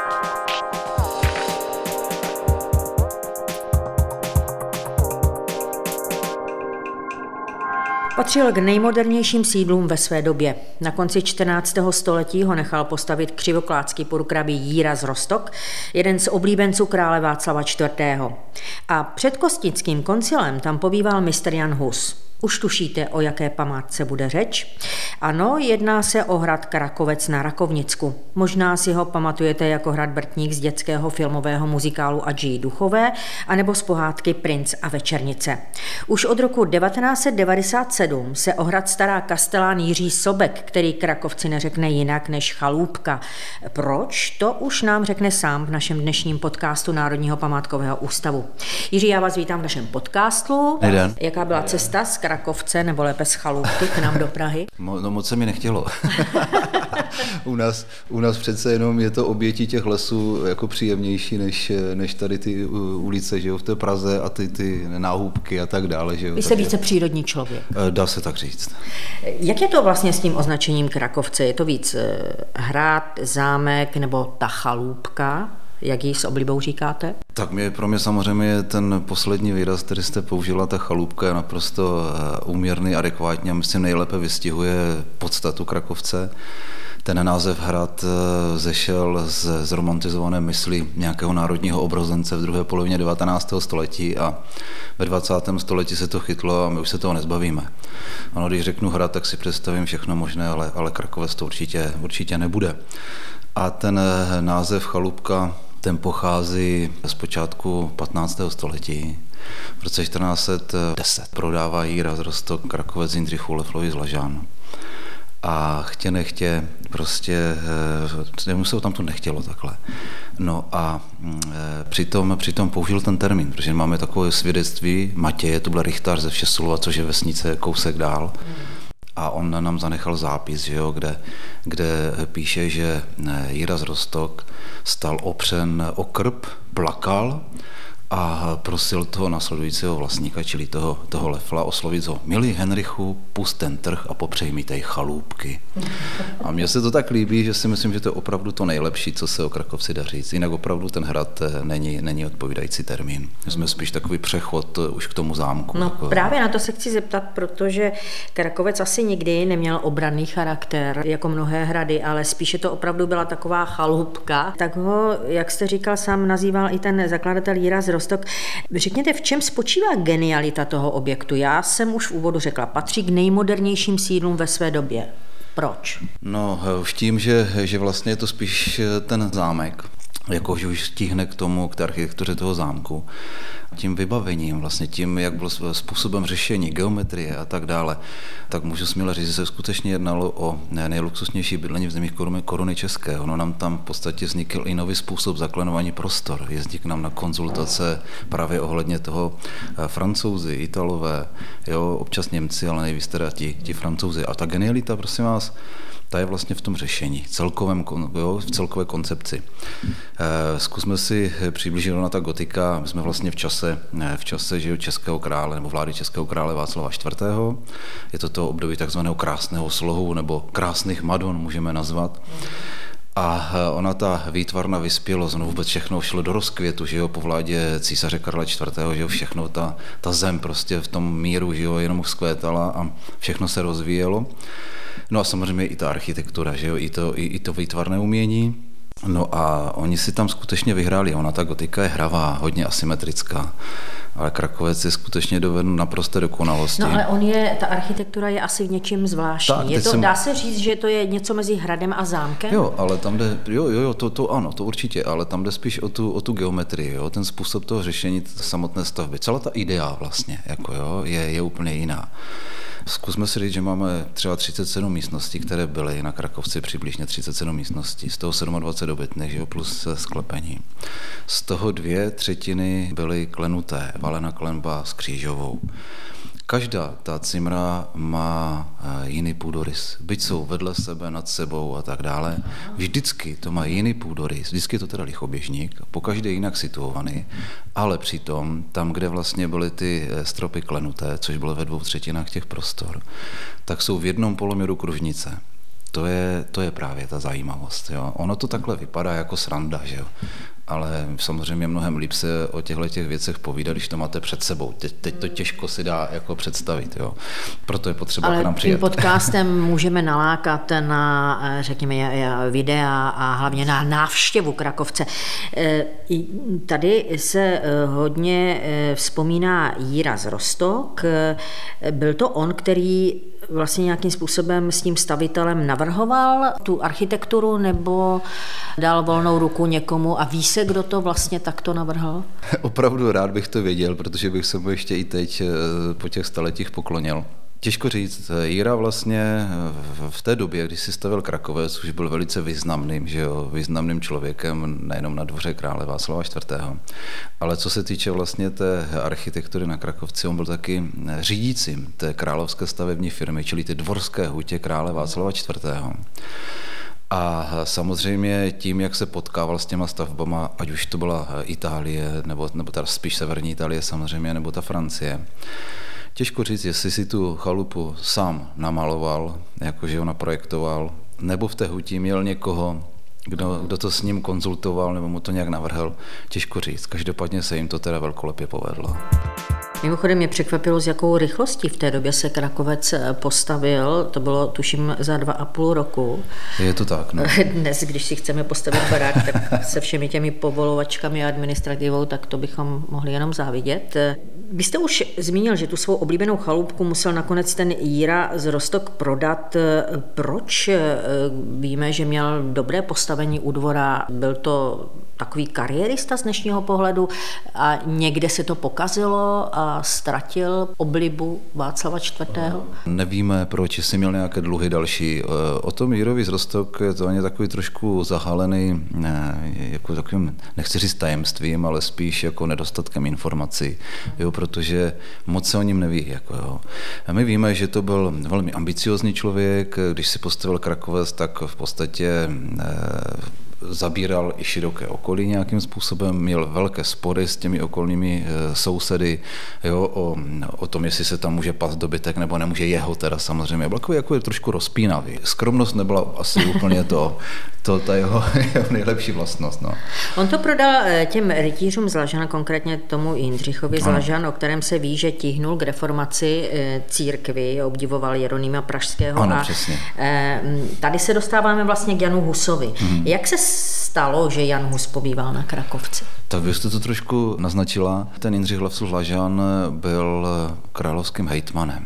Patřil k nejmodernějším sídlům ve své době. Na konci 14. století ho nechal postavit křivoklátský purkrabí Jíra z Roztok, jeden z oblíbenců krále Václava IV. A před Kostnickým koncilem tam pobýval mistr Jan Hus. Už tušíte, o jaké památce bude řeč? Ano, jedná se o hrad Krakovec na Rakovnicku. Možná si ho pamatujete jako hrad Brtník z dětského filmového muzikálu Adžii Duchové anebo z pohádky Princ a večernice. Už od roku 1997 se o hrad stará kastelán Jiří Sobek, který Krakovci neřekne jinak než Chalůbka. Proč? To už nám řekne sám v našem dnešním podcastu Národního památkového ústavu. Jiří, já vás vítám v našem podcastu. Jaká byla cesta z Krakovce, nebo lépe z Chalůbky k nám do Prahy? No moc se mi nechtělo. u nás přece jenom je to obětí těch lesů jako příjemnější než tady ty ulice, že jo, v té Praze a ty náhubky a tak dále. Že jo. Vy jste více přírodní člověk. Dá se tak říct. Jak je to vlastně s tím označením Krakovce? Je to víc hrad, zámek nebo ta chalůbka? Jak ji s oblibou říkáte? Tak pro mě samozřejmě ten poslední výraz, který jste použila, ta chalůbka, je naprosto úměrný, adekvátní a myslím nejlépe vystihuje podstatu Krakovce. Ten název hrad zešel z zromantizované mysli nějakého národního obrozence v druhé polovině 19. století a ve 20. století se to chytlo a my už se toho nezbavíme. Ano, když řeknu hrad, tak si představím všechno možné, ale Krakovec to určitě nebude. A ten název chalůbka, ten pochází z počátku 15. století. V roce 1410 prodává Jíra z Roztok Krakovec Jindřichu Leflovi z Lažán. A chtě nechtě, prostě mu se tam to nechtělo takhle. No a přitom použil ten termín, protože máme takové svědectví Matěje, to byl rychtář ze Všesulova, což je vesnice kousek dál. A on nám zanechal zápis, že jo, kde píše, že Jíra z Roztok stal opřen o krb, plakal a prosil toho následujícího vlastníka, čili toho Lefla, oslovit ho: milý Henrichu, pust ten trh a popřej mi tej chalůbky. A mně se to tak líbí, že si myslím, že to je opravdu to nejlepší, co se o Krakovci dá říct. Jinak opravdu ten hrad není odpovídající termín. Jsme spíš takový přechod už k tomu zámku. No právě na to se chci zeptat, protože Krakovec asi nikdy neměl obranný charakter, jako mnohé hrady, ale spíše to opravdu byla taková chalůbka. Tak ho, jak jste říkal, sám nazýval i ten zakladatel Jíra z Roztok. Řekněte, v čem spočívá genialita toho objektu? Já jsem už v úvodu řekla, patří k nejmodernějším sídlům ve své době. Proč? No, v tím, že vlastně je to spíš ten zámek, jakože už stíhne k té architektuře toho zámku, tím vybavením, vlastně tím, jak byl způsobem řešení, geometrie a tak dále, tak můžu směle říct, že se skutečně jednalo o nejluxusnější bydlení v zemích Koruny české. Ono nám tam v podstatě vznikl i nový způsob zaklenování prostor. Jezdí k nám na konzultace právě ohledně toho Francouzi, Italové, jo, občas Němci, ale nejvíc teda ti Francouzi. A ta genialita, prosím vás, ta je vlastně v tom řešení, v celkové koncepci. Zkusme si přiblížit na ta gotika. My jsme vlastně v čase že českého krále nebo vlády českého krále Václava IV. Je to období takzvaného krásného slohu nebo krásných Madon můžeme nazvat. A ona ta výtvarná vyspělost, vůbec všechno šlo do rozkvětu, že jo, po vládě císaře Karla IV., že jo, všechno, ta zem prostě v tom míru, že jo, jenom vzkvétala a všechno se rozvíjelo. No a samozřejmě i ta architektura, že jo, i to výtvarné umění. No a oni si tam skutečně vyhráli. Ona ta gotika je hravá, hodně asymetrická, ale Krakovec je skutečně dovedl naprosté dokonalosti. No ale ta architektura je asi v něčím zvláštní. Dá se říct, že to je něco mezi hradem a zámkem? Jo, ale tam jde, to ano, to určitě, ale tam jde spíš o tu geometrii, jo, ten způsob toho řešení samotné stavby. Celá ta idea vlastně, jako jo, je úplně jiná. Zkusme si říct, že máme třeba 37 místností, které byly na Krakovci, přibližně 37 místností, z toho 27 dobytných, že jo, plus sklepení. Z toho 2/3 byly klenuté, valená klenba s křížovou. Každá ta cimra má jiný půdorys. Byť jsou vedle sebe, nad sebou a tak dále. Vždycky to má jiný půdorys. Vždycky je to teda lichoběžník, pokaždé jinak situovaný, ale přitom tam, kde vlastně byly ty stropy klenuté, což bylo ve 2/3 těch prostor, tak jsou v jednom poloměru kružnice. To je právě ta zajímavost. Jo. Ono to takhle vypadá jako sranda, že jo. Ale samozřejmě mnohem líp se o těchto věcech povídat, když to máte před sebou. Teď to těžko si dá jako představit. Jo. Proto je potřeba k nám přijet. Ale tím podcastem můžeme nalákat na, řekněme, videa a hlavně na návštěvu Krakovce. Tady se hodně vzpomíná Jira z Rostok. Byl to on, který vlastně nějakým způsobem s tím stavitelem navrhoval tu architekturu nebo dal volnou ruku někomu a ví se, kdo to vlastně takto navrhl? Opravdu rád bych to věděl, protože bych se mu ještě i teď po těch staletích poklonil. Těžko říct, Jira vlastně v té době, kdy si stavěl Krakovec, už byl velice významným člověkem nejenom na dvoře krále Václava IV. Ale co se týče vlastně té architektury na Krakovci, on byl taky řídícím té královské stavební firmy, čili ty dvorské hutě krále Václava IV. A samozřejmě tím, jak se potkával s těma stavbama, ať už to byla Itálie, nebo teda spíš severní Itálie samozřejmě, nebo ta Francie, těžko říct, jestli si tu chalupu sám namaloval, jakože ho naprojektoval, nebo v té hutí měl někoho, kdo to s ním konzultoval, nebo mu to nějak navrhl. Těžko říct, každopádně se jim to teda velkolepě povedlo. Mimochodem mě překvapilo, s jakou rychlostí v té době se Krakovec postavil. To bylo, tuším, za 2,5 roku. Je to tak, no. Dnes, když si chceme postavit barák, tak se všemi těmi povolovačkami a administrativou, tak to bychom mohli jenom závidět. Vy jste už zmínil, že tu svou oblíbenou chalupku musel nakonec ten Jira z Rostok prodat. Proč? Víme, že měl dobré postavení u dvora, byl to takový kariérista z dnešního pohledu a někde se to pokazilo a ztratil oblibu Václava IV. Nevíme, proč, jestli měl nějaké dluhy další. O tom Jirovi z Rostok je to ani takový trošku zahalený, jako takovým, nechci říct tajemstvím, ale spíš jako nedostatkem informací, jo, protože moc se o ním neví. Jako, jo. A my víme, že to byl velmi ambiciózní člověk, když si postavil Krakovec, tak v podstatě zabíral i široké okolí nějakým způsobem, měl velké spory s těmi okolními sousedy, jo, o tom, jestli se tam může pas dobytek nebo nemůže, jeho teda samozřejmě. Byl jako trošku rozpínavý. Skromnost nebyla asi úplně ta jeho nejlepší vlastnost. No. On to prodal těm rytířům z Lažana, konkrétně tomu Jindřichovi z Lažan, o kterém se ví, že tíhnul k reformaci církvy, obdivoval Jeronýma Pražského. Ano, přesně. Tady se dostáváme vlastně k Janu Husovi. Jak se stalo, že Jan Hus pobýval na Krakovci? Tak vy jste to trošku naznačila. Ten Jindřich Hlavců z Lažan byl královským hejtmanem.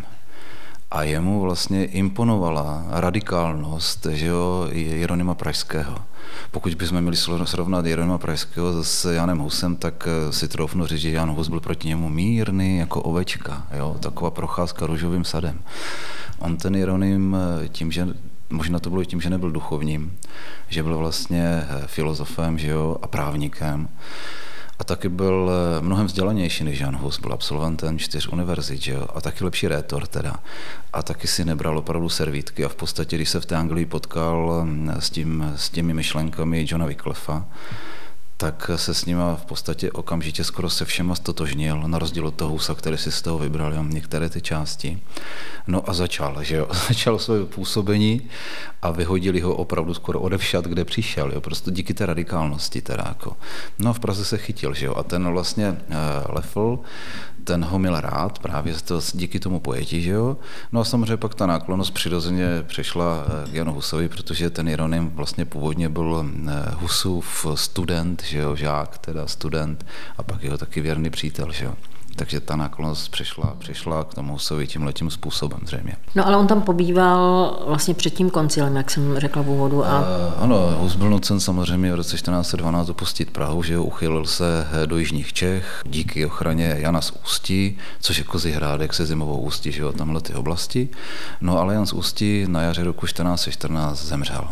A jemu vlastně imponovala radikálnost, že jo, Jeronýma Pražského. Pokud bychom měli srovnat Jeronýma Pražského s Janem Husem, tak si troufnu říct, že Jan Hus byl proti němu mírný jako ovečka, jo, taková procházka růžovým sadem. On ten Jeroným tím, že možná to bylo tím, že nebyl duchovním, že byl vlastně filozofem, že jo, a právníkem. A taky byl mnohem vzdělanější než Jan Hus, byl absolventem 4 univerzit, že jo, a taky lepší rétor teda. A taky si nebral opravdu servítky a v podstatě, když se v té Anglii potkal s těmi myšlenkami Johna Wycliffa, tak se s nima v podstatě okamžitě skoro se všema stotožnil, na rozdíl od toho Husa, který si z toho vybral jenom některé ty části. No a začal své působení a vyhodili ho opravdu skoro odevšad, kde přišel, jo, prostě díky té radikálnosti teda jako. No a v Praze se chytil, že jo, a ten vlastně Leffel, ten ho měl rád právě díky tomu pojetí, že jo. No a samozřejmě pak ta náklonnost přirozeně přešla k Janu Husovi, protože ten Jeroným vlastně původně byl Husův student, že jo, žák, teda student a pak jeho taky věrný přítel, že jo. Takže ta náklonnost přišla k tomu Husovi tímhletím způsobem zřejmě. No ale on tam pobýval vlastně před tím koncilem, jak jsem řekla v úvodu. Ano, Hus byl nucen samozřejmě v roce 1412 opustit Prahu, že jo, uchylil se do jižních Čech díky ochraně Jana z Ústí, což je Kozihrádek se Zimovou Ústí, že jo, tamhle ty oblasti. No ale Jan z Ústí na jaře roku 1414 zemřel.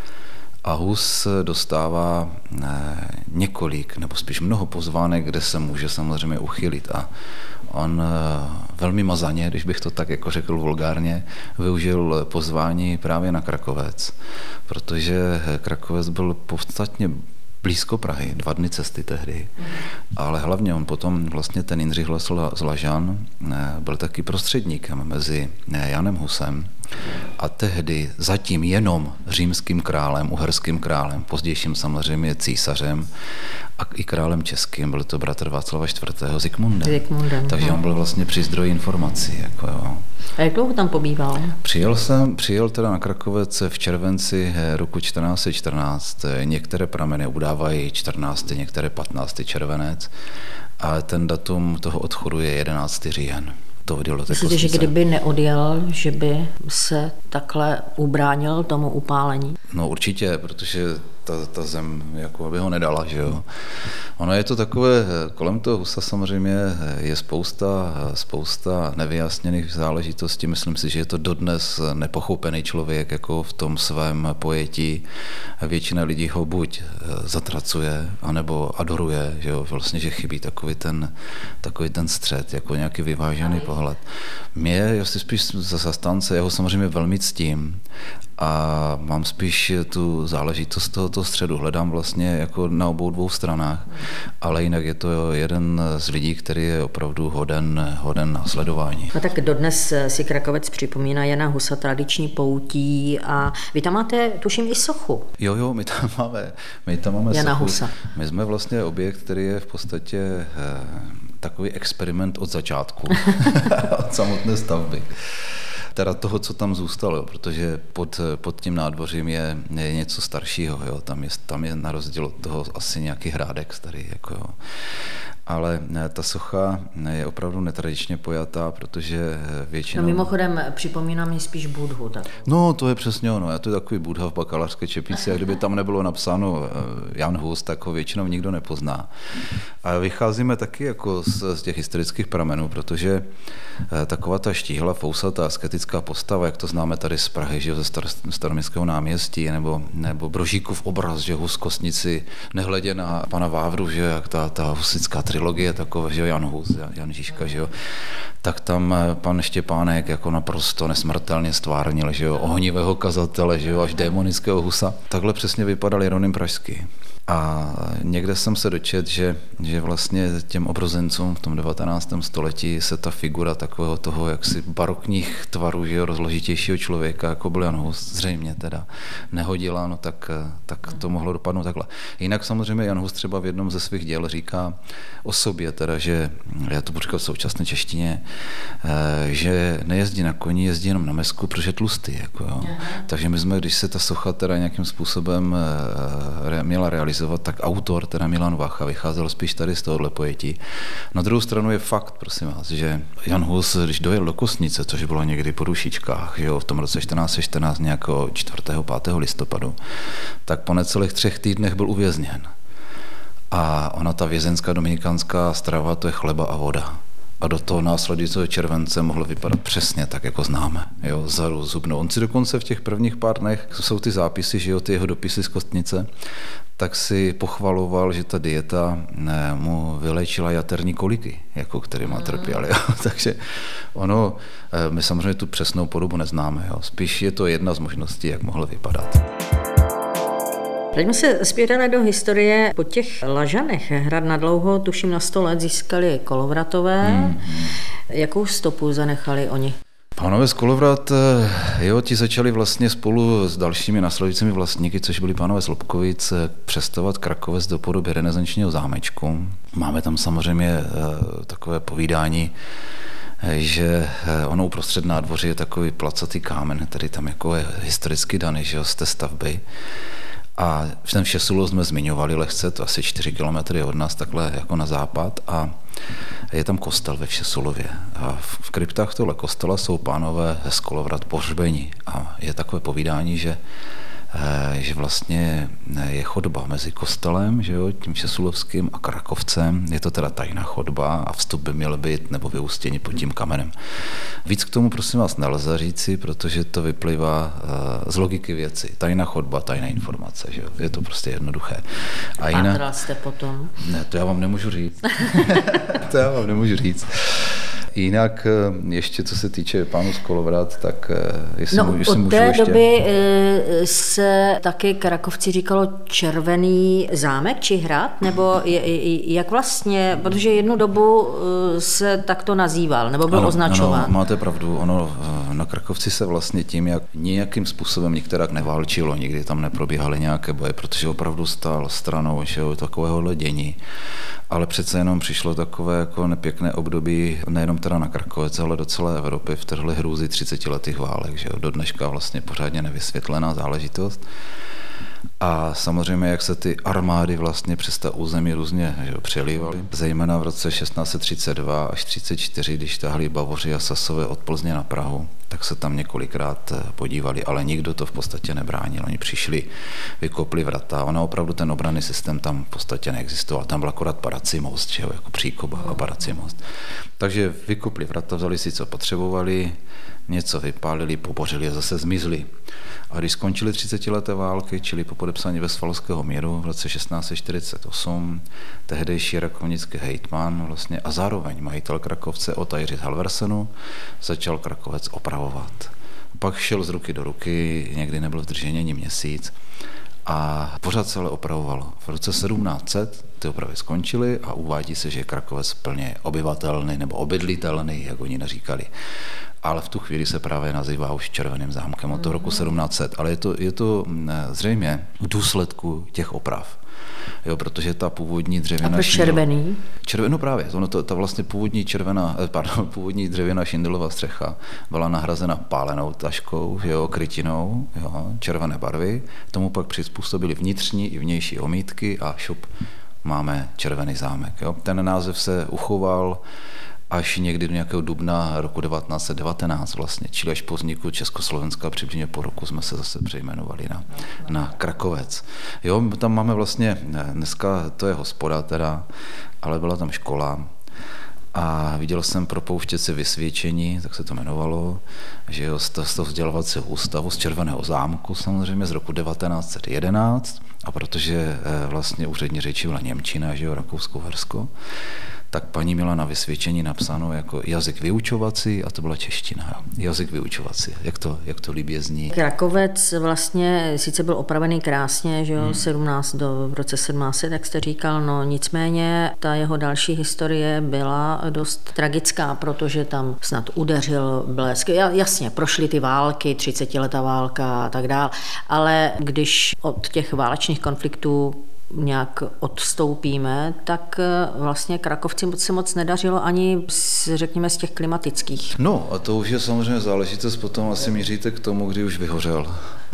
A Hus dostává několik, nebo spíš mnoho pozvánek, kde se může samozřejmě uchylit. A on velmi mazaně, když bych to tak jako řekl vulgárně, využil pozvání právě na Krakovec, protože Krakovec byl podstatně blízko Prahy, 2 dny cesty tehdy. Ale hlavně on potom vlastně ten Jindřich z Lažan byl taky prostředníkem mezi Janem Husem a tehdy zatím jenom římským králem, uherským králem, pozdějším samozřejmě císařem a i králem českým, byl to bratr Václava IV. Zikmundem. Takže on byl vlastně při zdroji informací. Jako jo. A jak dlouho tam pobýval? Přijel teda na Krakovec v červenci roku 1414. Některé prameny udávají 14., některé 15. červenec, ale ten datum toho odchodu je 11. říjen. Myslíte, že kdyby neodjel, že by se takhle ubránil tomu upálení? No určitě, protože ta zem jako by ho nedala, že jo. Ono je to takové, kolem toho Husa samozřejmě je spousta nevyjasněných záležitostí. Myslím si, že je to dodnes nepochopený člověk jako v tom svém pojetí. Většina lidí ho buď zatracuje, anebo adoruje, že jo. Vlastně, že chybí takový ten střed, jako nějaký vyvážený pohled. Já si spíš zastánce, já ho samozřejmě velmi ctím a mám spíš tu záležitost tohoto středu. Hledám vlastně jako na obou dvou stranách, ale jinak je to jeden z lidí, který je opravdu hoden následování. No tak dodnes si Krakovec připomíná Jana Husa tradiční poutí a vy tam máte, tuším, i sochu. Jo, my tam máme Jana sochu. Husa. My jsme vlastně objekt, který je v podstatě takový experiment od začátku, od samotné stavby. Teda toho, co tam zůstalo, protože pod tím nádvořím je něco staršího, jo. Tam je na rozdíl od toho asi nějaký hrádek starý, jako jo. Ale ta socha je opravdu netradičně pojatá, protože většinou... No mimochodem připomíná mi spíš Budhu. Tak. No, to je přesně ono. To je takový Buddha v bakalářské čepici a kdyby tam nebylo napsáno Jan Hus, tak ho většinou nikdo nepozná. A vycházíme taky jako z těch historických pramenů, protože taková ta štíhla, fousatá, asketická postava, jak to známe tady z Prahy, že ze Staroměstského náměstí, nebo Brožíkův obraz, že Hus kostnici, nehledě na pana Vávru, že jak ta husická trilogie takové, že Jan Hus, Jan Žižka, že jo, tak tam pan Štěpánek jako naprosto nesmrtelně stvárnil, že jo, ohnivého kazatele, že jo, až démonického Husa. Takhle přesně vypadal Jeroným Pražský. A někde jsem se dočetl, že vlastně těm obrozencům v tom 19. století se ta figura takového toho jaksi barokních tvarů, že jo, rozložitějšího člověka, jako byl Jan Hus, zřejmě teda nehodila, no tak to mohlo dopadnout takhle. Jinak samozřejmě Jan Hus třeba v jednom ze svých děl říká o sobě teda, že, já to budu říkat v současné češtině, že nejezdí na koni, jezdí jenom na mesku, protože je tlustý, jako jo. Takže my jsme, když se ta socha teda nějakým způsobem měla realizovat, tak autor, teda Milan Vacha, vycházel spíš tady z tohohle pojetí. Na druhou stranu je fakt, prosím vás, že Jan Hus, když dojel do Kostnice, což bylo někdy po Dušičkách, že jo, v tom roce 1414 nějakého 4. 5. listopadu, tak po necelých 3 týdnech byl uvězněn. A ona ta vězenská dominikánská strava, to je chleba a voda. A do toho následujícího července mohlo vypadat přesně tak, jako známe. Jo, zaru, zubnou. On si dokonce v těch prvních pár dnech, jsou ty zápisy, že jo, ty jeho dopisy z Kostnice, tak si pochvaloval, že ta dieta mu vylečila jaterní koliky, jako kterýma trpěl. Jo. Takže ono, my samozřejmě tu přesnou podobu neznáme. Jo. Spíš je to jedna z možností, jak mohlo vypadat. Vraťme se zpět do historie. Po těch Lažanech hrad nadlouho, tuším na 100 let, získali Kolovratové. Jakou stopu zanechali oni? Pánové z Kolovrat, jo, ti začali vlastně spolu s dalšími následujícími vlastníky, což byli pánové z Lobkovic, přestavat Krakovec do podoby renesančního zámečku. Máme tam samozřejmě takové povídání, že ono uprostřed nádvoří je takový placatý kámen, který tam jako je historicky daný, že jo, z té stavby. A ten Všesulov jsme zmiňovali lehce, to asi 4 kilometry od nás, takhle jako na západ, a je tam kostel ve Všesulově. A v kryptách tohle kostela jsou pánové z Kolovrat pohřbeni. A je takové povídání, že vlastně je chodba mezi kostelem, že jo, tím Všesulovským, a Krakovcem. Je to teda tajná chodba a vstup by měl být nebo vyústění pod tím kamenem. Víc k tomu prosím vás nelze říci, protože to vyplývá z logiky věci. Tajná chodba, tajná informace, že jo. Je to prostě jednoduché. A Pátral jste potom? Ne, to já vám nemůžu říct. To já vám nemůžu říct. Jinak ještě co se týče pánů z Kolovrat, tak jestli No, můžu od té ještě... doby se taky Krakovci říkalo Červený zámek či hrad, nebo jak vlastně, protože jednu dobu se takto nazýval, nebo byl označován. Ano, máte pravdu, na Krakovci se vlastně tím, jak nějakým způsobem některak neválčilo, nikdy tam neprobíhaly nějaké boje, protože opravdu stál stranou, že jo, takovéhohle dění. Ale přece jenom přišlo takové jako nepěkné období, nejenom teda na Krakovec, ale do celé Evropy, vtrhly hrůzy 30letých válek, že jo, do dneška vlastně pořádně nevysvětlená záležitost. A samozřejmě, jak se ty armády vlastně přes ta území různě přelívaly, zejména v roce 1632 až 34, když tahli Bavoři a Sasové od Plzně na Prahu, tak se tam několikrát podívali, ale nikdo to v podstatě nebránil. Oni přišli, vykopli vrata, ono opravdu ten obranný systém tam v podstatě neexistoval. Tam byl akorát parací most, že jo, jako příkop a parací most. Takže vykopli vrata, vzali si, co potřebovali, něco vypálili, pobořili a zase zmizli. A když skončily 30leté války, čili po podepsání Westfalského míru v roce 1648, tehdejší rakovnický hejtman vlastně a zároveň majitel Krakovce Ota Jiří Halversenu začal Krakovec opravovat. Pak šel z ruky do ruky, někdy nebyl v držení ani měsíc a pořád se ale opravovalo. V roce 1700 ty opravy skončily a uvádí se, že je Krakovec plně obyvatelný nebo obydlitelný, jak oni neříkali. Ale v tu chvíli se právě nazývá už Červeným zámkem od toho roku 1700. Ale je to zřejmě v důsledku těch oprav. Jo, protože ta původní dřevěná... A proč červený? No právě, ta vlastně původní dřevěná šindelová střecha byla nahrazena pálenou taškou, jo, krytinou, jo, červené barvy. Tomu pak přizpůsobili vnitřní i vnější omítky a šup máme Červený zámek. Jo. Ten název se uchoval až někdy do nějakého dubna roku 1919 vlastně, čili až po vzniku Československa, přibližně po roku jsme se zase přejmenovali na Krakovec. Jo, tam máme vlastně, dneska to je hospoda teda, ale byla tam škola a viděl jsem propouštěcí vysvědčení, tak se to jmenovalo, že jo, z toho vzdělovacího ústavu z Červeného zámku samozřejmě z roku 1911 a protože vlastně úřední řeči byla němčina, že jo, Rakousko-Uhersko, tak paní měla na vysvědčení napsáno jako jazyk vyučovací a to byla čeština. Jazyk vyučovací. Jak to líbě zní. Krakovec vlastně sice byl opravený krásně, že jo, v roce 1700, jak jste říkal, no nicméně ta jeho další historie byla dost tragická, protože tam snad udeřil blesk. Jasně, prošly ty války, 30letá válka a tak dál, ale když od těch válečných konfliktů nějak odstoupíme, tak vlastně Krakovci se moc nedařilo ani řekněme z těch klimatických. No a to už je samozřejmě záležitost, potom asi míříte k tomu, kdy už vyhořel.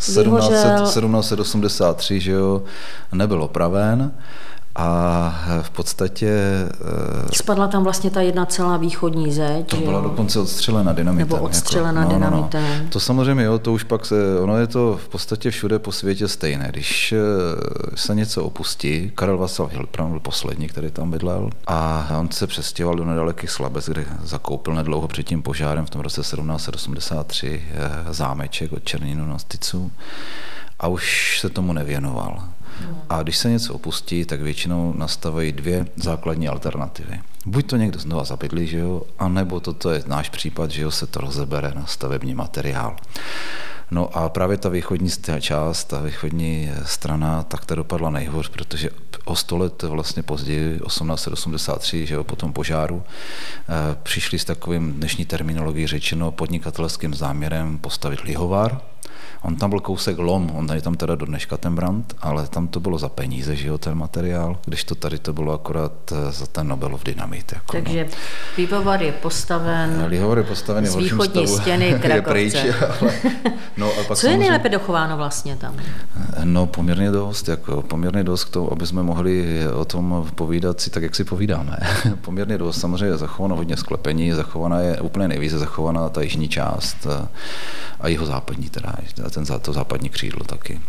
1783, že jo, nebyl opraven a v podstatě... Spadla tam vlastně ta jedna celá východní zeď. To byla dokonce odstřelena dynamitem. Nebo odstřelena dynamitem. No. To samozřejmě, jo, to už pak ono je to v podstatě všude po světě stejné. Když se něco opustí, Karel Václav Hilpran byl poslední, který tam bydlel a on se přestěhoval do nedalekých Slabec, kde zakoupil nedlouho před tím požárem v tom roce 1783 zámeček od Černinu na Stycu a už se tomu nevěnoval. A když se něco opustí, tak většinou nastavují dvě základní alternativy. Buď to někdo znova zabydlí, že jo, anebo toto je náš případ, že jo, se to rozebere na stavební materiál. No a právě ta východní část, ta východní strana, tak ta dopadla nejhůř, protože o 100 let vlastně později, 1883, že jo, po tom požáru, přišli s takovým dnešní terminologií řečeno podnikatelským záměrem postavit lihovar. On tam byl kousek lom, on je tam teda do dneška ten brand, ale tam to bylo za peníze, že jo, ten materiál, když to tady to bylo akorát za ten Nobelov dynamit. Jako, takže pivovar je postaven, z východní stěny Krakovce. Co je nejlépe dochováno vlastně tam? No poměrně dost k tomu, aby jsme mohli o tom povídat si tak, jak si povídáme. Poměrně dost, samozřejmě je zachováno hodně sklepení, zachovaná je úplně nejvíce zachovaná ta jižní část a jihozápadní teda, to západní křídlo taky.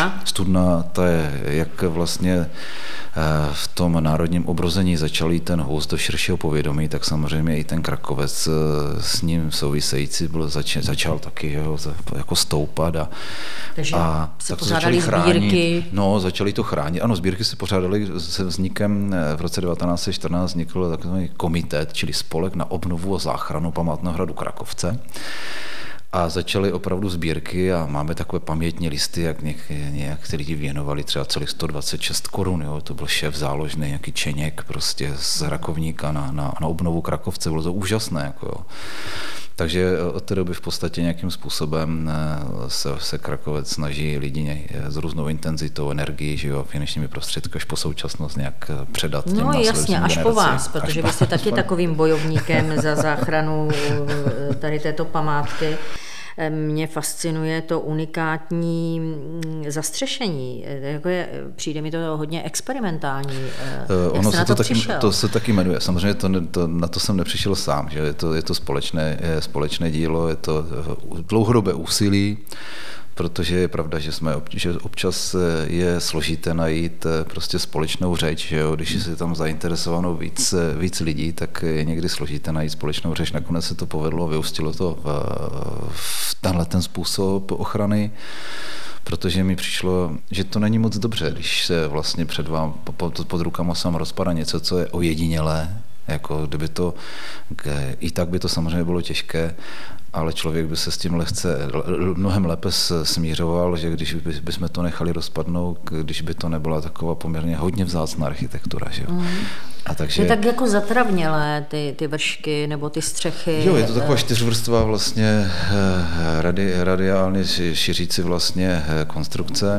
Studna, ta je, jak vlastně v tom národním obrození začal ten uvést do širšího povědomí, tak samozřejmě i ten Krakovec s ním související začal taky jako stoupat Takže se tak pořádali chránit. sbírky. No, začali to chránit. Ano, sbírky se pořádaly se vznikem v roce 1914 vznikl takový komitet, čili spolek na obnovu a záchranu památného hradu Krakovce. A začaly opravdu sbírky a máme takové pamětní listy, jak nějak lidi věnovali třeba celých 126 korun. Jo. To byl šéf záložny, nějaký Čeněk prostě z Rakovníka na obnovu Krakovce. Bylo to úžasné. Jako, jo. Takže od té doby v podstatě nějakým způsobem se Krakovec snaží lidi s různou intenzitou, energií, že jo, finančními prostředky až po současnost nějak předat těm následujícím jasně, až po vás, protože vy jste taky takovým bojovníkem za záchranu tady této památky. Mě fascinuje to unikátní zastřešení. Přijde mi to hodně experimentální. Ono se to se taky jmenuje. Samozřejmě na to jsem nepřišel sám. Že je to společné dílo, je to dlouhodobé úsilí, protože je pravda, že občas je složité najít prostě společnou řeč, že jo? Když je tam zainteresováno víc lidí, tak je někdy složité najít společnou řeč. Nakonec se to povedlo, vyústilo to v tenhle ten způsob ochrany, protože mi přišlo, že to není moc dobře, když se vlastně před vám pod rukama sám rozpadá něco, co je ojedinělé, jako kdyby to, i tak by to samozřejmě bylo těžké, ale člověk by se s tím mnohem lépe smířoval, že když bychom to nechali rozpadnout, když by to nebyla taková poměrně hodně vzácná architektura. Že? A takže, je tak jako zatravnělé ty vršky nebo ty střechy. Jo, je to taková čtyřvrstvá vlastně radiálně šiřící vlastně konstrukce,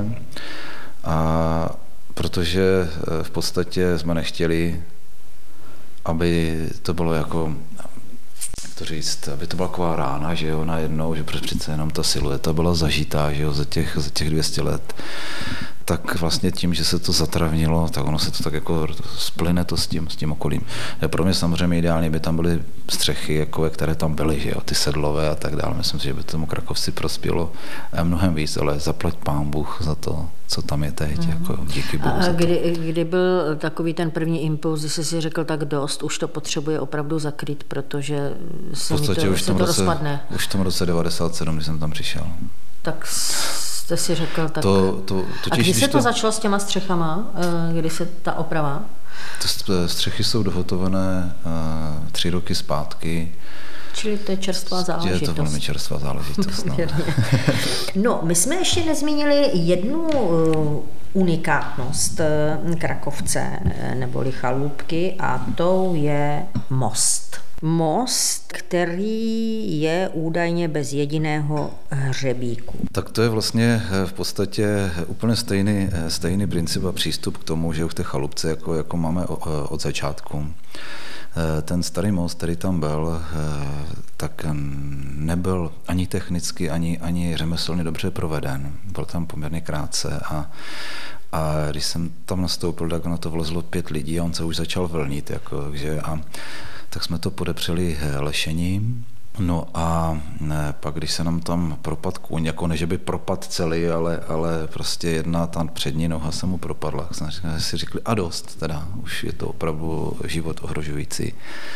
a protože v podstatě jsme nechtěli, aby to bylo jako, jak to říct, aby to byla taková rána, že jo, najednou, že přece jenom ta silueta byla zažitá, že jo, za těch 200 let, tak vlastně tím, že se to zatravnilo, tak ono se to tak jako splyne to s tím okolím. Pro mě samozřejmě ideálně by tam byly střechy, jako které tam byly, že jo, ty sedlové a tak dále. Myslím si, že by tomu Krakovci prospělo mnohem víc, ale zaplať pán Bůh za to, co tam je teď, jako díky Bohu. A kdy byl takový ten první impuls, když jsi si řekl tak dost, už to potřebuje opravdu zakrýt, protože se to rozpadne. Už v tom roce 97, když jsem tam přišel. Tak jste si řekl, tak... A kdy se to začalo s těma střechama? Kdy se ta oprava? Střechy jsou dohotované 3 roky zpátky. Čili to je čerstvá záležitost. Je to velmi čerstvá záležitost. No, my jsme ještě nezmínili jednu unikátnost Krakovce, neboli Chalupky, a to je most. Most, který je údajně bez jediného hřebíku. Tak to je vlastně v podstatě úplně stejný princip a přístup k tomu, že v té chalupce, jako máme od začátku. Ten starý most, který tam byl, tak nebyl ani technicky, ani řemeslně dobře proveden. Byl tam poměrně krátce a když jsem tam nastoupil, tak na to vlezlo 5 lidí a on se už začal vlnit. Tak jsme to podepřeli lešením. No a pak, když se nám tam propad kůň, jako ne, že by propad celý, ale prostě jedna ta přední noha se mu propadla. Tak jsme si řekli, a dost, teda, už je to opravdu život ohrožující.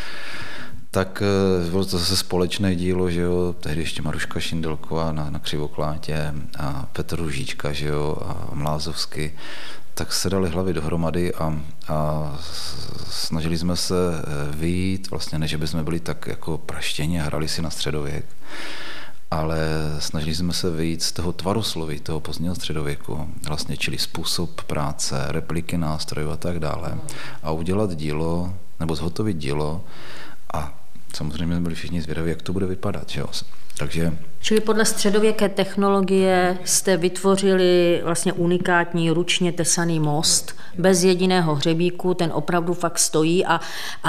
Tak bylo to zase společné dílo, že jo, tehdy ještě Maruška Šindelková na Křivoklátě a Petr Ružička, že jo, a Mlázovsky. Tak se dali hlavy dohromady a snažili jsme se vyjít, vlastně ne, že bychom byli tak jako praštěni a hrali si na středověk, ale snažili jsme se vyjít z toho tvarosloví, toho pozdního středověku, vlastně čili způsob práce, repliky nástrojů a tak dále, a udělat dílo, nebo zhotovit dílo, a samozřejmě jsme byli všichni zvědaví, jak to bude vypadat, že jo. Čili podle středověké technologie jste vytvořili vlastně unikátní ručně tesaný most bez jediného hřebíku, ten opravdu fakt stojí a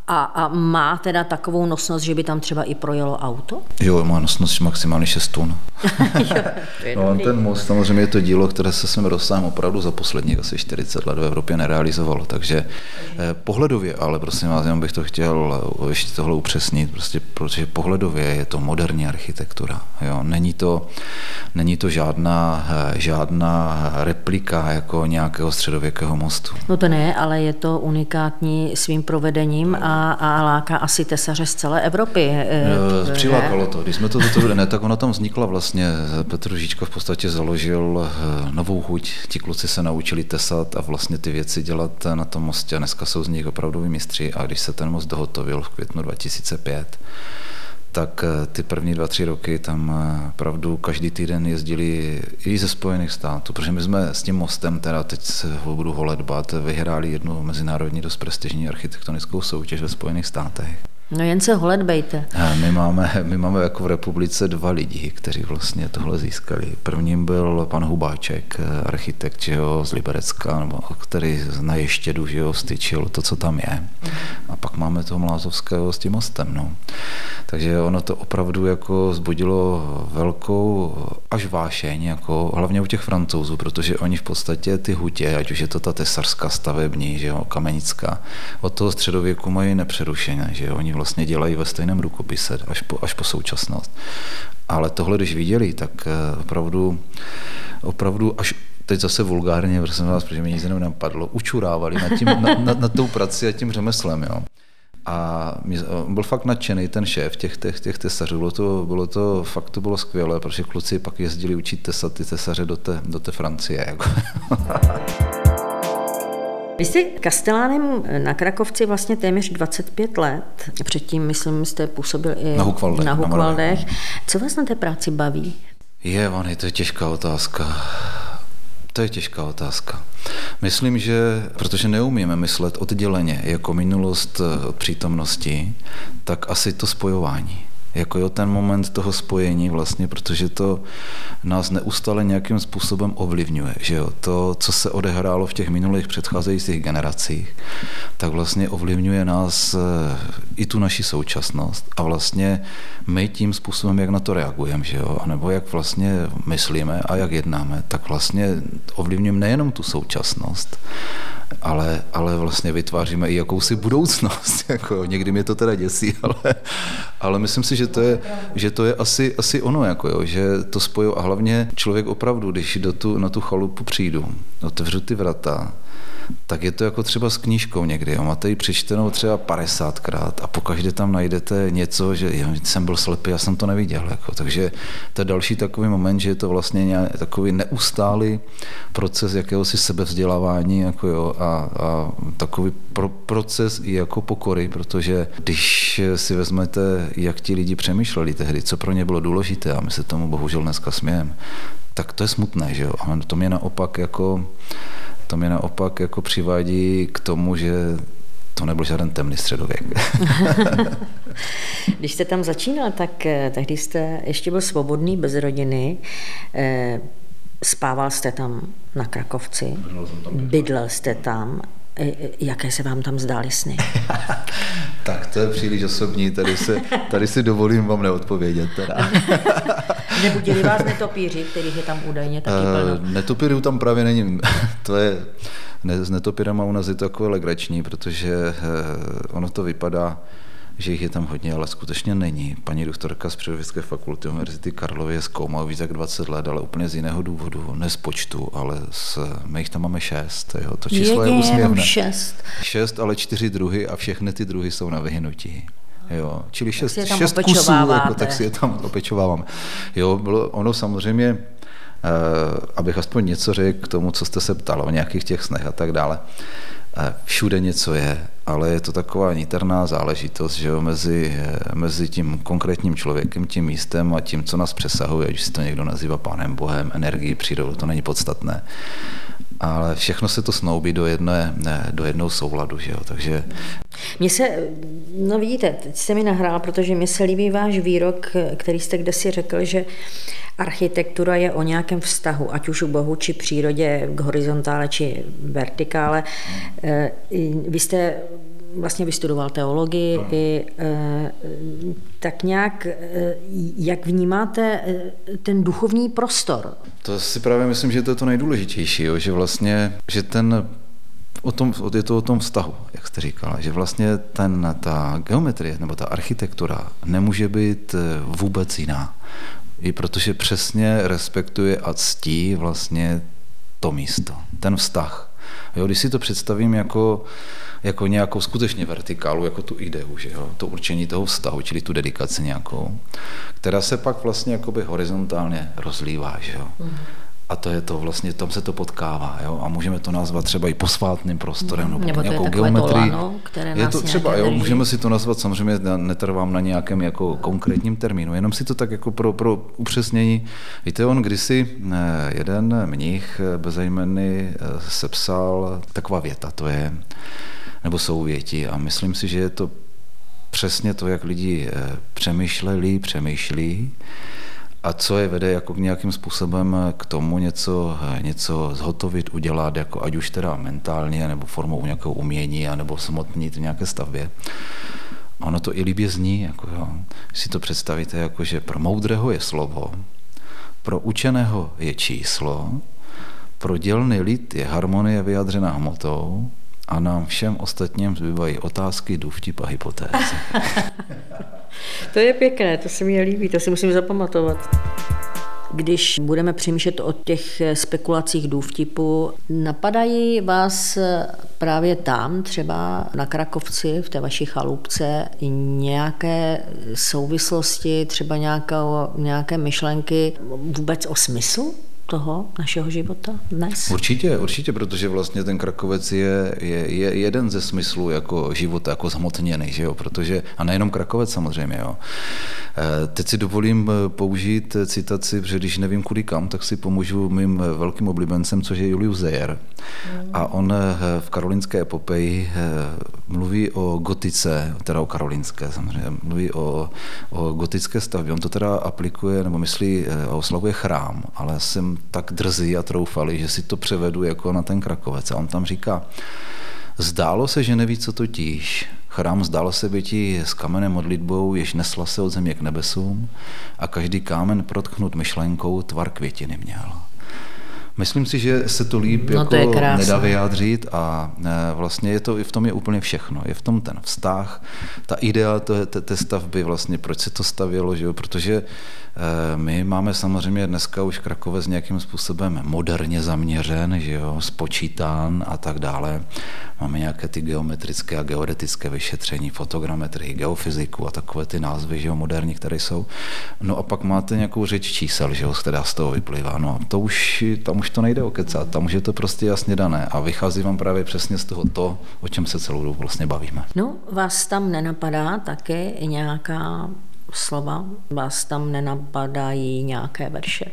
A má teda takovou nosnost, že by tam třeba i projelo auto? Jo, má nosnost maximálně 6 tun. No, ten most, samozřejmě je to dílo, které se svým rozsahem opravdu za posledních asi 40 let v Evropě nerealizovalo, takže pohledově, ale prosím vás, jenom bych to chtěl ještě tohle upřesnit, prostě, protože pohledově je to moderní architektura. Jo. Není to žádná replika jako nějakého středověkého mostu. No to ne, ale je to unikátní svým provedením a láká asi tesaře z celé Evropy. Přilákalo to. Když jsme to ne, tak ona tam vznikla vlastně. Petr Růžička v podstatě založil novou chuť. Ti kluci se naučili tesat a vlastně ty věci dělat na tom mostě. Dneska jsou z nich opravdoví mistři a když se ten most dohotovil v květnu 2005, tak ty první 2-3 roky tam opravdu každý týden jezdili i ze Spojených států, protože my jsme s tím mostem, teda teď se ho budu holedbat, vyhráli jednu mezinárodní dost prestižní architektonickou soutěž ve Spojených státech. No jen se holedbejte. My máme jako v republice 2 lidi, kteří vlastně tohle získali. Prvním byl pan Hubáček, architekt, že jo, z Liberecka, nebo který na Ještědu, že jo, styčil to, co tam je. A pak máme toho Mlázovského s tím mostem, no. Takže ono to opravdu jako vzbudilo velkou až vášeň, jako hlavně u těch Francouzů, protože oni v podstatě ty hutě, ať už je to ta tesařská stavební, že jo, kamenická, od toho středověku mají nepřerušené, že jo, oni vlastně dělají ve stejném rukopise až po současnost. Ale tohle, když viděli, tak opravdu až teď zase vulgárně, prosím vás, protože mi nic jiného napadlo, učurávali nad tou prací a tím řemeslem, jo. A byl fakt nadšený ten šéf těch tesařů, to bylo skvělé, protože kluci pak jezdili učit tesat ty tesaře do té Francie. Jako. Vy jste kastelánem na Krakovci vlastně téměř 25 let. Předtím, myslím, jste působil i na Hukvaldech. Co vás na té práci baví? To je těžká otázka. Myslím, že protože neumíme myslet odděleně jako minulost od přítomnosti, tak asi to spojování. Jako jo, ten moment toho spojení vlastně, protože to nás neustále nějakým způsobem ovlivňuje, že jo, to, co se odehrálo v těch minulých předcházejících generacích, tak vlastně ovlivňuje nás i tu naši současnost a vlastně my tím způsobem, jak na to reagujeme, že jo, anebo jak vlastně myslíme a jak jednáme, tak vlastně ovlivňujeme nejenom tu současnost, ale vlastně vytváříme i jakousi budoucnost. Jako, někdy mě to teda děsí, ale myslím si, že to je asi ono, jako jo, že to spoju a hlavně člověk opravdu, když na tu chalupu přijdu, otevřu ty vrata, tak je to jako třeba s knížkou někdy. Jo. Máte ji přečtenou třeba 50krát a pokaždé tam najdete něco, že jsem byl slepý, já jsem to neviděl. Jako. Takže to je další takový moment, že je to vlastně takový neustálý proces jakéhosi sebevzdělávání jako jo, a takový proces i jako pokory, protože když si vezmete, jak ti lidi přemýšleli tehdy, co pro ně bylo důležité, a my se tomu bohužel dneska smějeme, tak to je smutné, že jo. A to mě naopak jako přivádí k tomu, že to nebyl žádný temný středověk. Když jste tam začínal, tak tehdy jste ještě byl svobodný, bez rodiny. Spával jste tam na Krakovci, bydlel jste tam. Jaké se vám tam zdály sny? Tak to je příliš osobní, tady si dovolím vám neodpovědět. Teda. Nebudili vás netopíři, kterých je tam údajně taky plno? Netopírů tam právě není. S netopírama u nás je to takové legrační, protože ono to vypadá, že jich je tam hodně, ale skutečně není. Paní doktorka z Přírodovědecké fakulty Univerzity Karlovy je zkoumá víc jak 20 let, ale úplně z jiného důvodu, ne z počtu, ale my jich tam máme 6. Jo. To číslo je úsměvné. 6, ale 4 druhy a všechny ty druhy jsou na vyhynutí. Jo, čili 6 kusů, jako, tak si je tam opečováváme. Jo, ono samozřejmě, abych aspoň něco řekl k tomu, co jste se ptal o nějakých těch snech a tak dále. Všude něco je, ale je to taková niterná záležitost, že jo, mezi tím konkrétním člověkem, tím místem a tím, co nás přesahuje, ať si to někdo nazývá Pánem Bohem, energií, přírodou, to není podstatné. Ale všechno se to snoubí do jednoho souladu, že jo, takže... Vidíte, teď jste mi nahrál, protože mně se líbí váš výrok, který jste kdesi řekl, že architektura je o nějakém vztahu, ať už u Bohu, či přírodě, k horizontále, či vertikále. Vy jste vlastně vystudoval teologii i tak nějak, jak vnímáte ten duchovní prostor? To si právě myslím, že to je to nejdůležitější, jo? Že vlastně, že je to o tom vztahu, jak jste říkala, že vlastně ta geometrie nebo ta architektura nemůže být vůbec jiná. I protože přesně respektuje a ctí vlastně to místo, ten vztah. Jo, když si to představím jako nějakou skutečně vertikálu, jako tu ideu, že jo, to určení toho vztahu, čili tu dedikaci nějakou, která se pak vlastně jakoby horizontálně rozlívá, že jo. A to je to vlastně, tam se to potkává, jo? A můžeme to nazvat třeba i posvátným prostorem, nebo nějakou geometrii. Je to třeba, jo, můžeme si to nazvat, samozřejmě netrvám na nějakém jako konkrétním termínu, jenom si to tak jako pro upřesnění. Víte, on kdysi jeden mnich bezejmenný sepsal taková věta, to je, nebo souvětí, a myslím si, že je to přesně to, jak lidi přemýšlí, a co je vede jako k nějakým způsobem k tomu něco zhotovit, udělat, jako ať už teda mentálně, nebo formou nějakého umění, nebo samotný v nějaké stavbě. A ono to i líbě zní, jako jo. Když si to představíte, jako že pro moudrého je slovo, pro učeného je číslo, pro dělný lid je harmonie vyjádřená hmotou a nám všem ostatním zbývají otázky, důvtip a hypotézy. To je pěkné, to se mi líbí, to si musím zapamatovat. Když budeme přemýšlet o těch spekulacích důvtipu, napadají vás právě tam, třeba na Krakovci, v té vaší chalupce, nějaké souvislosti, třeba nějaké myšlenky vůbec o smyslu toho našeho života dnes? Určitě, protože vlastně ten Krakovec je jeden ze smyslů jako života, jako zhmotněný, že jo, protože, a nejenom Krakovec samozřejmě, jo. Teď si dovolím použít citaci, protože když nevím kudy kam, tak si pomůžu mým velkým oblíbencem, což je Julius Zeyer. A on v Karolinské epopeji mluví o gotice, teda o karolínské samozřejmě, mluví o gotické stavbě. On to teda aplikuje, nebo myslí a oslavuje chrám, ale jsem tak drzý a troufalý, že si to převedu jako na ten Krakovec. A on tam říká, zdálo se, že neví, co totiž. Chrám zdálo se býti s kamenem modlitbou, jež nesla se od země k nebesům a každý kámen protknut myšlenkou tvar květiny měl. Myslím si, že se to líp jako nedá vyjádřit a vlastně v tom je úplně všechno. Je v tom ten vztah, ta idea té stavby, vlastně proč se to stavělo, že jo? Protože my máme samozřejmě dneska už Krakovec nějakým způsobem moderně zaměřen, že jo? Spočítán a tak dále. Máme nějaké ty geometrické a geodetické vyšetření, fotogrametrii, geofyziku a takové ty názvy, že jo, moderní, které jsou. No a pak máte nějakou řeč čísel, že jo, která z toho vyplývá. No a tam už to nejde okecat, tam už je to prostě jasně dané a vychází vám právě přesně z toho to, o čem se celou dobu vlastně bavíme. No, vás tam nenapadá také nějaká slova? Vás tam nenapadají nějaké verše?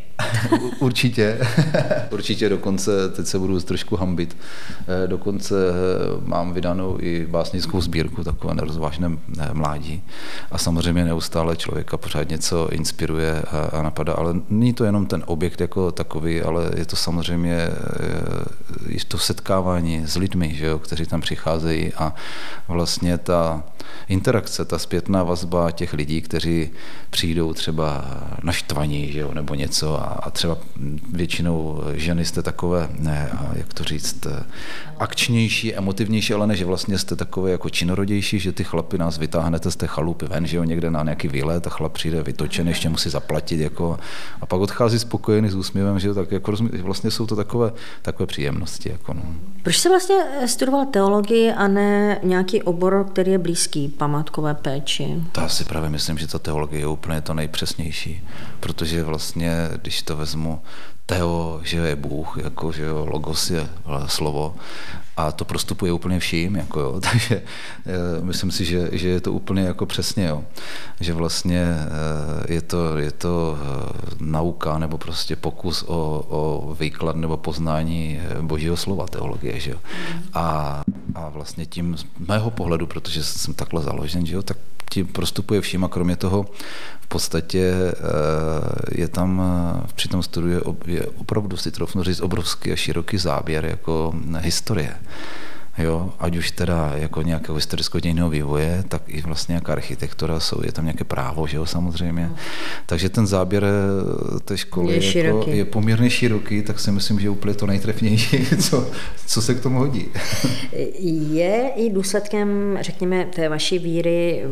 Určitě, dokonce, teď se budu trošku hanbit, dokonce mám vydanou i básnickou sbírku, takové nerozvážné mládí a samozřejmě neustále člověka pořád něco inspiruje a napadá, ale není to jenom ten objekt jako takový, ale je to samozřejmě to setkávání s lidmi, že jo, kteří tam přicházejí a vlastně ta interakce, ta zpětná vazba těch lidí, kteří přijdou třeba naštvaní, že jo, nebo něco a třeba většinou ženy jste takové, jak to říct, akčnější, emotivnější, ale ne, že vlastně jste takové jako činorodější, že ty chlapy nás vytáhnete z té chalupy ven, že jo, někde na nějaký výlet a chlap přijde vytočený, ještě musí zaplatit, jako, a pak odchází spokojený s úsměvem, že jo, tak jako vlastně jsou to takové příjemnosti. Jako, no. Proč jste vlastně studoval teologii a ne nějaký obor, který je blízký památkové péči? To si právě myslím, že ta teologie je úplně to nejpřesnější, protože vlastně, když to vezmu, teo, že je Bůh, jako, že jo, logos je slovo a to prostupuje úplně vším, jako, jo, takže myslím si, že je to úplně jako přesně, jo, že vlastně je to nauka nebo prostě pokus o výklad nebo poznání Božího slova, teologie, že jo. A vlastně tím z mého pohledu, protože jsem takhle založen, že jo, tak tím prostupuje vším a kromě toho v podstatě je tam při tom studiu je opravdu si troufnu říct obrovský a široký záběr jako historie. Jo, ať už teda jako nějakého historicko-dějinného vývoje, tak i vlastně nějaká architektura, je tam nějaké právo, že jo, samozřejmě. Takže ten záběr té školy je poměrně široký, tak si myslím, že je úplně to nejtrefnější, co se k tomu hodí. Je i důsledkem, řekněme, té vaší víry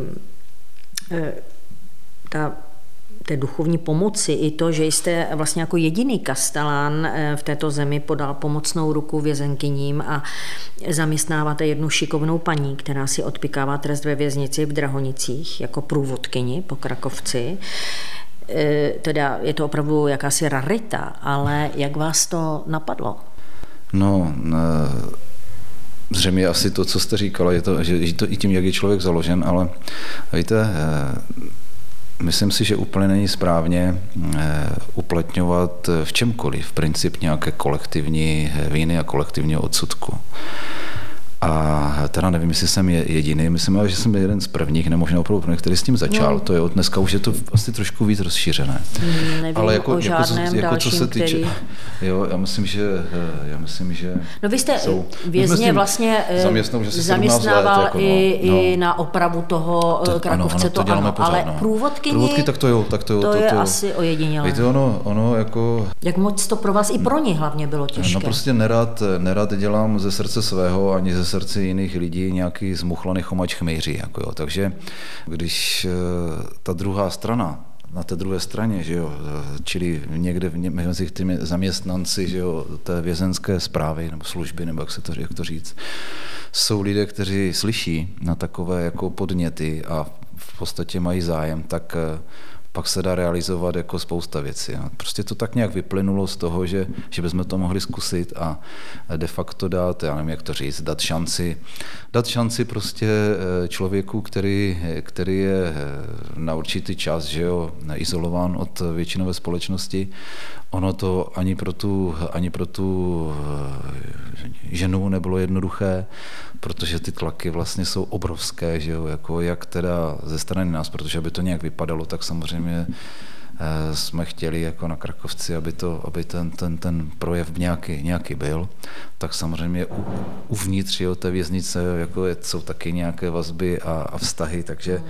té duchovní pomoci i to, že jste vlastně jako jediný kastelán v této zemi podal pomocnou ruku vězenkyním a zaměstnáváte jednu šikovnou paní, která si odpykává trest ve věznici v Drahonicích jako průvodkyni po Krakovci. Teda je to opravdu jakási rarita, ale jak vás to napadlo? No, zřejmě asi to, co jste říkala, je to, že to i tím, jak je člověk založen, ale víte, myslím si, že úplně není správně uplatňovat v čemkoliv princip nějaké kolektivní viny a kolektivního odsudku. A teda nevím, jestli jsem jediný, myslím, ale že jsem jeden z prvních, nebo možná opravdu prvních, který s tím začal. No. To je dneska už je to asi trošku víc rozšířené. Nevím ale o žádném dalším, co se týče, který... Jo, já myslím, že no vy jste vězně vlastně zaměstnával jako, i na opravu toho Krakovce, to děláme pořád, ale průvodkyni, tak to jo. To je asi ojedinělé. Víte, ono jako... Jak moc to pro vás i pro ně hlavně bylo těžké? No prostě nerad dělám ze srdce svého, ani ze srdce jiných lidí nějaký zmuchlaný chomač chmejří. Jako jo. Takže když ta druhá strana, na té druhé straně, že jo, čili někde mezi těmi zaměstnanci, že jo, té vězenské správy nebo služby, nebo jak to říct, jsou lidé, kteří slyší na takové jako podněty a v podstatě mají zájem, tak pak se dá realizovat jako spousta věcí. Prostě to tak nějak vyplynulo z toho, že bychom to mohli zkusit a de facto dát, já nevím, jak to říct, dát šanci prostě člověku, který je na určitý čas, že jo, izolován od většinové společnosti. Ono to ani pro tu ženu nebylo jednoduché, protože ty tlaky vlastně jsou obrovské, že jo, jako jak teda ze strany nás, protože aby to nějak vypadalo, tak samozřejmě jsme chtěli jako na Krakovci, aby ten projev nějaký byl, tak samozřejmě uvnitř té věznice jako jsou taky nějaké vazby a vztahy, takže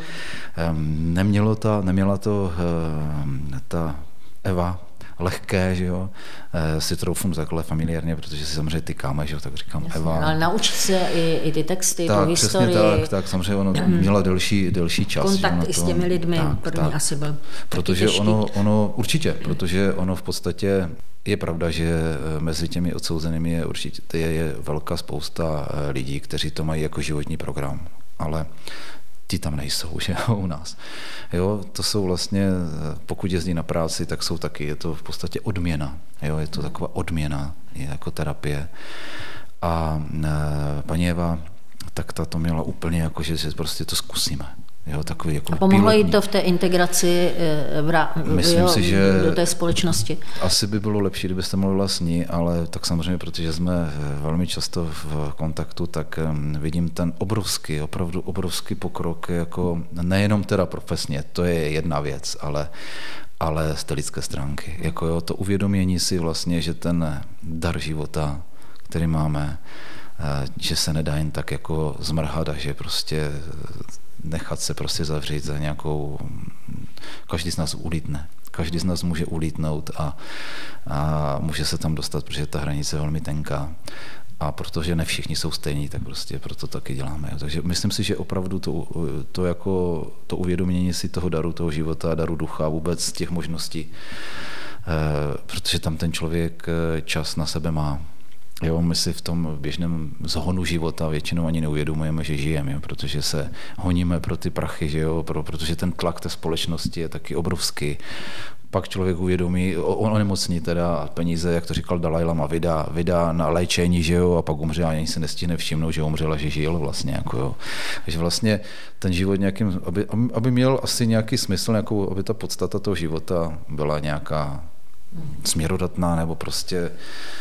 neměla to ta Eva lehké, že jo, si troufnu takhle familiárně, protože si samozřejmě tykáme, že jo, tak říkám jasně, Eva. Ale naučit se i ty texty, tak, tu historii. Tak, samozřejmě ono měla delší čas. Kontakt i s těmi lidmi, první asi byl protože ono určitě, protože ono v podstatě je pravda, že mezi těmi odsouzenými je určitě je velká spousta lidí, kteří to mají jako životní program, ale ti tam nejsou, že u nás. Jo, to jsou vlastně, pokud jezdí na práci, tak jsou taky, je to v podstatě odměna. Jo, je to taková odměna, je jako terapie. A paní Eva, tak ta to měla úplně jako, že prostě to zkusíme. Jo, takový jako a pomohlo jí to v té integraci myslím si, že do té společnosti? Asi by bylo lepší, kdybyste mluvila s ní, ale tak samozřejmě, protože jsme velmi často v kontaktu, tak vidím ten opravdu obrovský pokrok, jako nejenom teda profesně, to je jedna věc, ale z té lidské stránky. Jako jo, to uvědomění si vlastně, že ten dar života, který máme, že se nedá jen tak jako zmrhat a že prostě nechat se prostě zavřít za nějakou... Každý z nás ulítne. Každý z nás může ulítnout a může se tam dostat, protože ta hranice je velmi tenká. A protože ne všichni jsou stejní, tak prostě proto taky děláme. Takže myslím si, že opravdu to uvědomění si toho daru, toho života, daru ducha, vůbec těch možností, protože tam ten člověk čas na sebe má. Jo, my si v tom běžném zhonu života většinou ani neuvědomujeme, že žijeme, jo, protože se honíme pro ty prachy, že jo, protože ten tlak té společnosti je taky obrovský. Pak člověk uvědomí, onemocní teda peníze, jak to říkal Dalaj Lama, vydá na léčení, že jo, a pak umře a ani se nestihne všimnout, že umřel a že žil vlastně, jako jo. Takže vlastně ten život nějakým, aby měl asi nějaký smysl, nějakou, aby ta podstata toho života byla nějaká směrodatná nebo prostě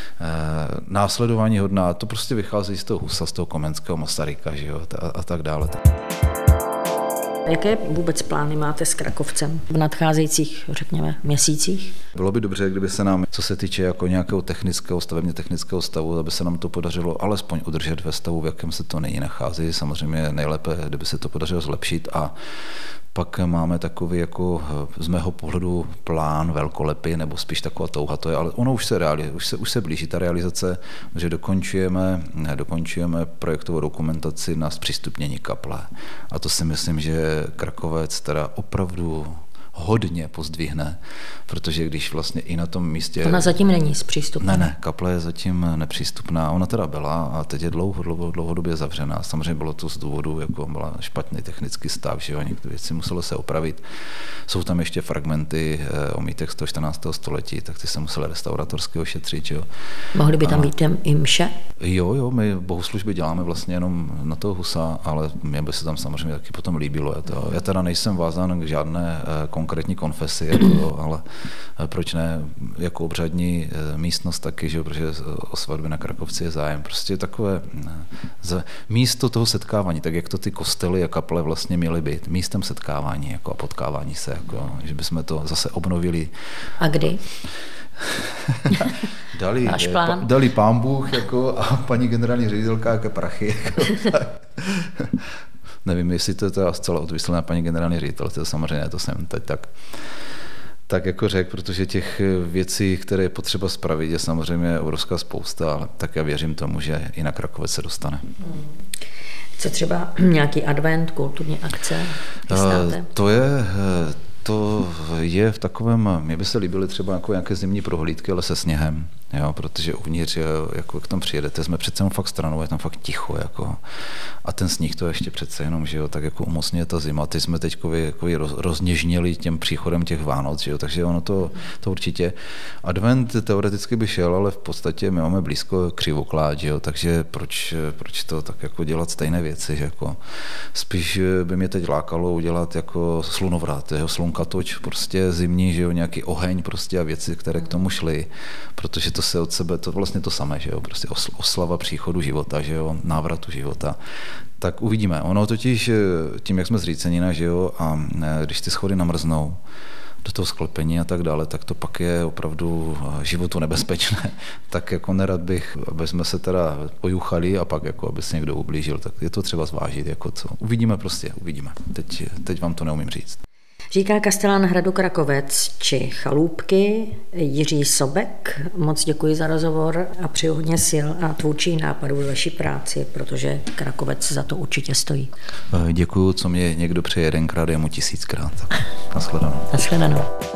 následování hodná. To prostě vychází z toho Husa, z toho Komenského, Masaryka, že jo, a tak dále. Jaké vůbec plány máte s Krakovcem v nadcházejících, řekněme, měsících? Bylo by dobře, kdyby se nám, co se týče jako nějakého stavebně technického stavu, aby se nám to podařilo alespoň udržet ve stavu, v jakém se to nyní nachází. Samozřejmě nejlépe, kdyby se to podařilo zlepšit, a pak máme takový jako z mého pohledu plán velkolepý, nebo spíš taková touha, to je, ale ono už se blíží ta realizace, že dokončujeme projektovou dokumentaci na zpřístupnění kaple. A to si myslím, že Krakovec teda opravdu hodně pozdvihne, protože když vlastně i na tom místě... Ona zatím není zpřístupná. Ne, kaple je zatím nepřístupná. Ona teda byla a teď je dlouhodobě zavřená. Samozřejmě bylo to z důvodu, jako byla špatný technický stav, že jo, některé věci muselo se opravit. Jsou tam ještě fragmenty omítek z toho 14. století, tak ty se musely restauratorsky ošetřit, že jo. Mohly by tam být i mše? Jo, my bohoslužby děláme vlastně jenom na toho Husa, ale mě by se tam samozřejmě taky potom líbilo. Já teda nejsem vázán k žádné konkrétní konfesi, jako, ale proč ne, jako obřadní místnost taky, že, protože o svatby na Krakovci je zájem. Prostě takové místo toho setkávání, tak jak to ty kostely a kaple vlastně měly být, místem setkávání jako a potkávání se, jako, že bychom to zase obnovili. A kdy? Dali pán Bůh jako, a paní generální ředitelka jaké prachy. Jako, nevím, jestli to je zcela odvislé na paní generální ředitelce, samozřejmě to jsem teď tak jako řekl, protože těch věcí, které je potřeba spravit, je samozřejmě obrovská spousta, ale tak já věřím tomu, že i na Krakovec se dostane. Co třeba nějaký advent, kulturní akce chystáte? To je v takovém, mně by se líbily třeba jako nějaké zimní prohlídky, ale se sněhem, jo, protože uvnitř, jako jak tam přijedete, jsme přece jenom fakt stranou, je tam fakt ticho, jako, a ten sníh to ještě přece jenom, že jo, tak jako umocňuje ta zima, ty jsme teď rozněžnili tím příchodem těch Vánoc, že jo, takže ono to určitě. Advent teoreticky by šel, ale v podstatě my máme blízko Křivokláč, že jo, takže proč to tak jako dělat stejné věci, že jako, spíš by mě teď lákalo udělat jako slunovrat, jeho slunkatoč, prostě zimní, že jo, nějaký oheň prostě a věci, které k tomu šly, protože to se od sebe, to vlastně to samé, že jo, prostě oslava příchodu života, že jo, návratu života. Tak uvidíme. Ono totiž tím, jak jsme z Řícenina, že jo, a když ty schody namrznou do toho sklepení a tak dále, tak to pak je opravdu životu nebezpečné. Tak jako nerad bych, aby jsme se teda pojuchali a pak jako, aby se někdo ublížil, tak je to třeba zvážit, jako co. Uvidíme. Teď vám to neumím říct. Říká kastelán hradu Krakovec či Chalupky Jiří Sobek. Moc děkuji za rozhovor a přeju hodně sil a tvůrčích nápadů ve vaší práci, protože Krakovec za to určitě stojí. Děkuju, co mě někdo přeje jedenkrát, je mu 1000krát. Nashledanou. Nashledanou.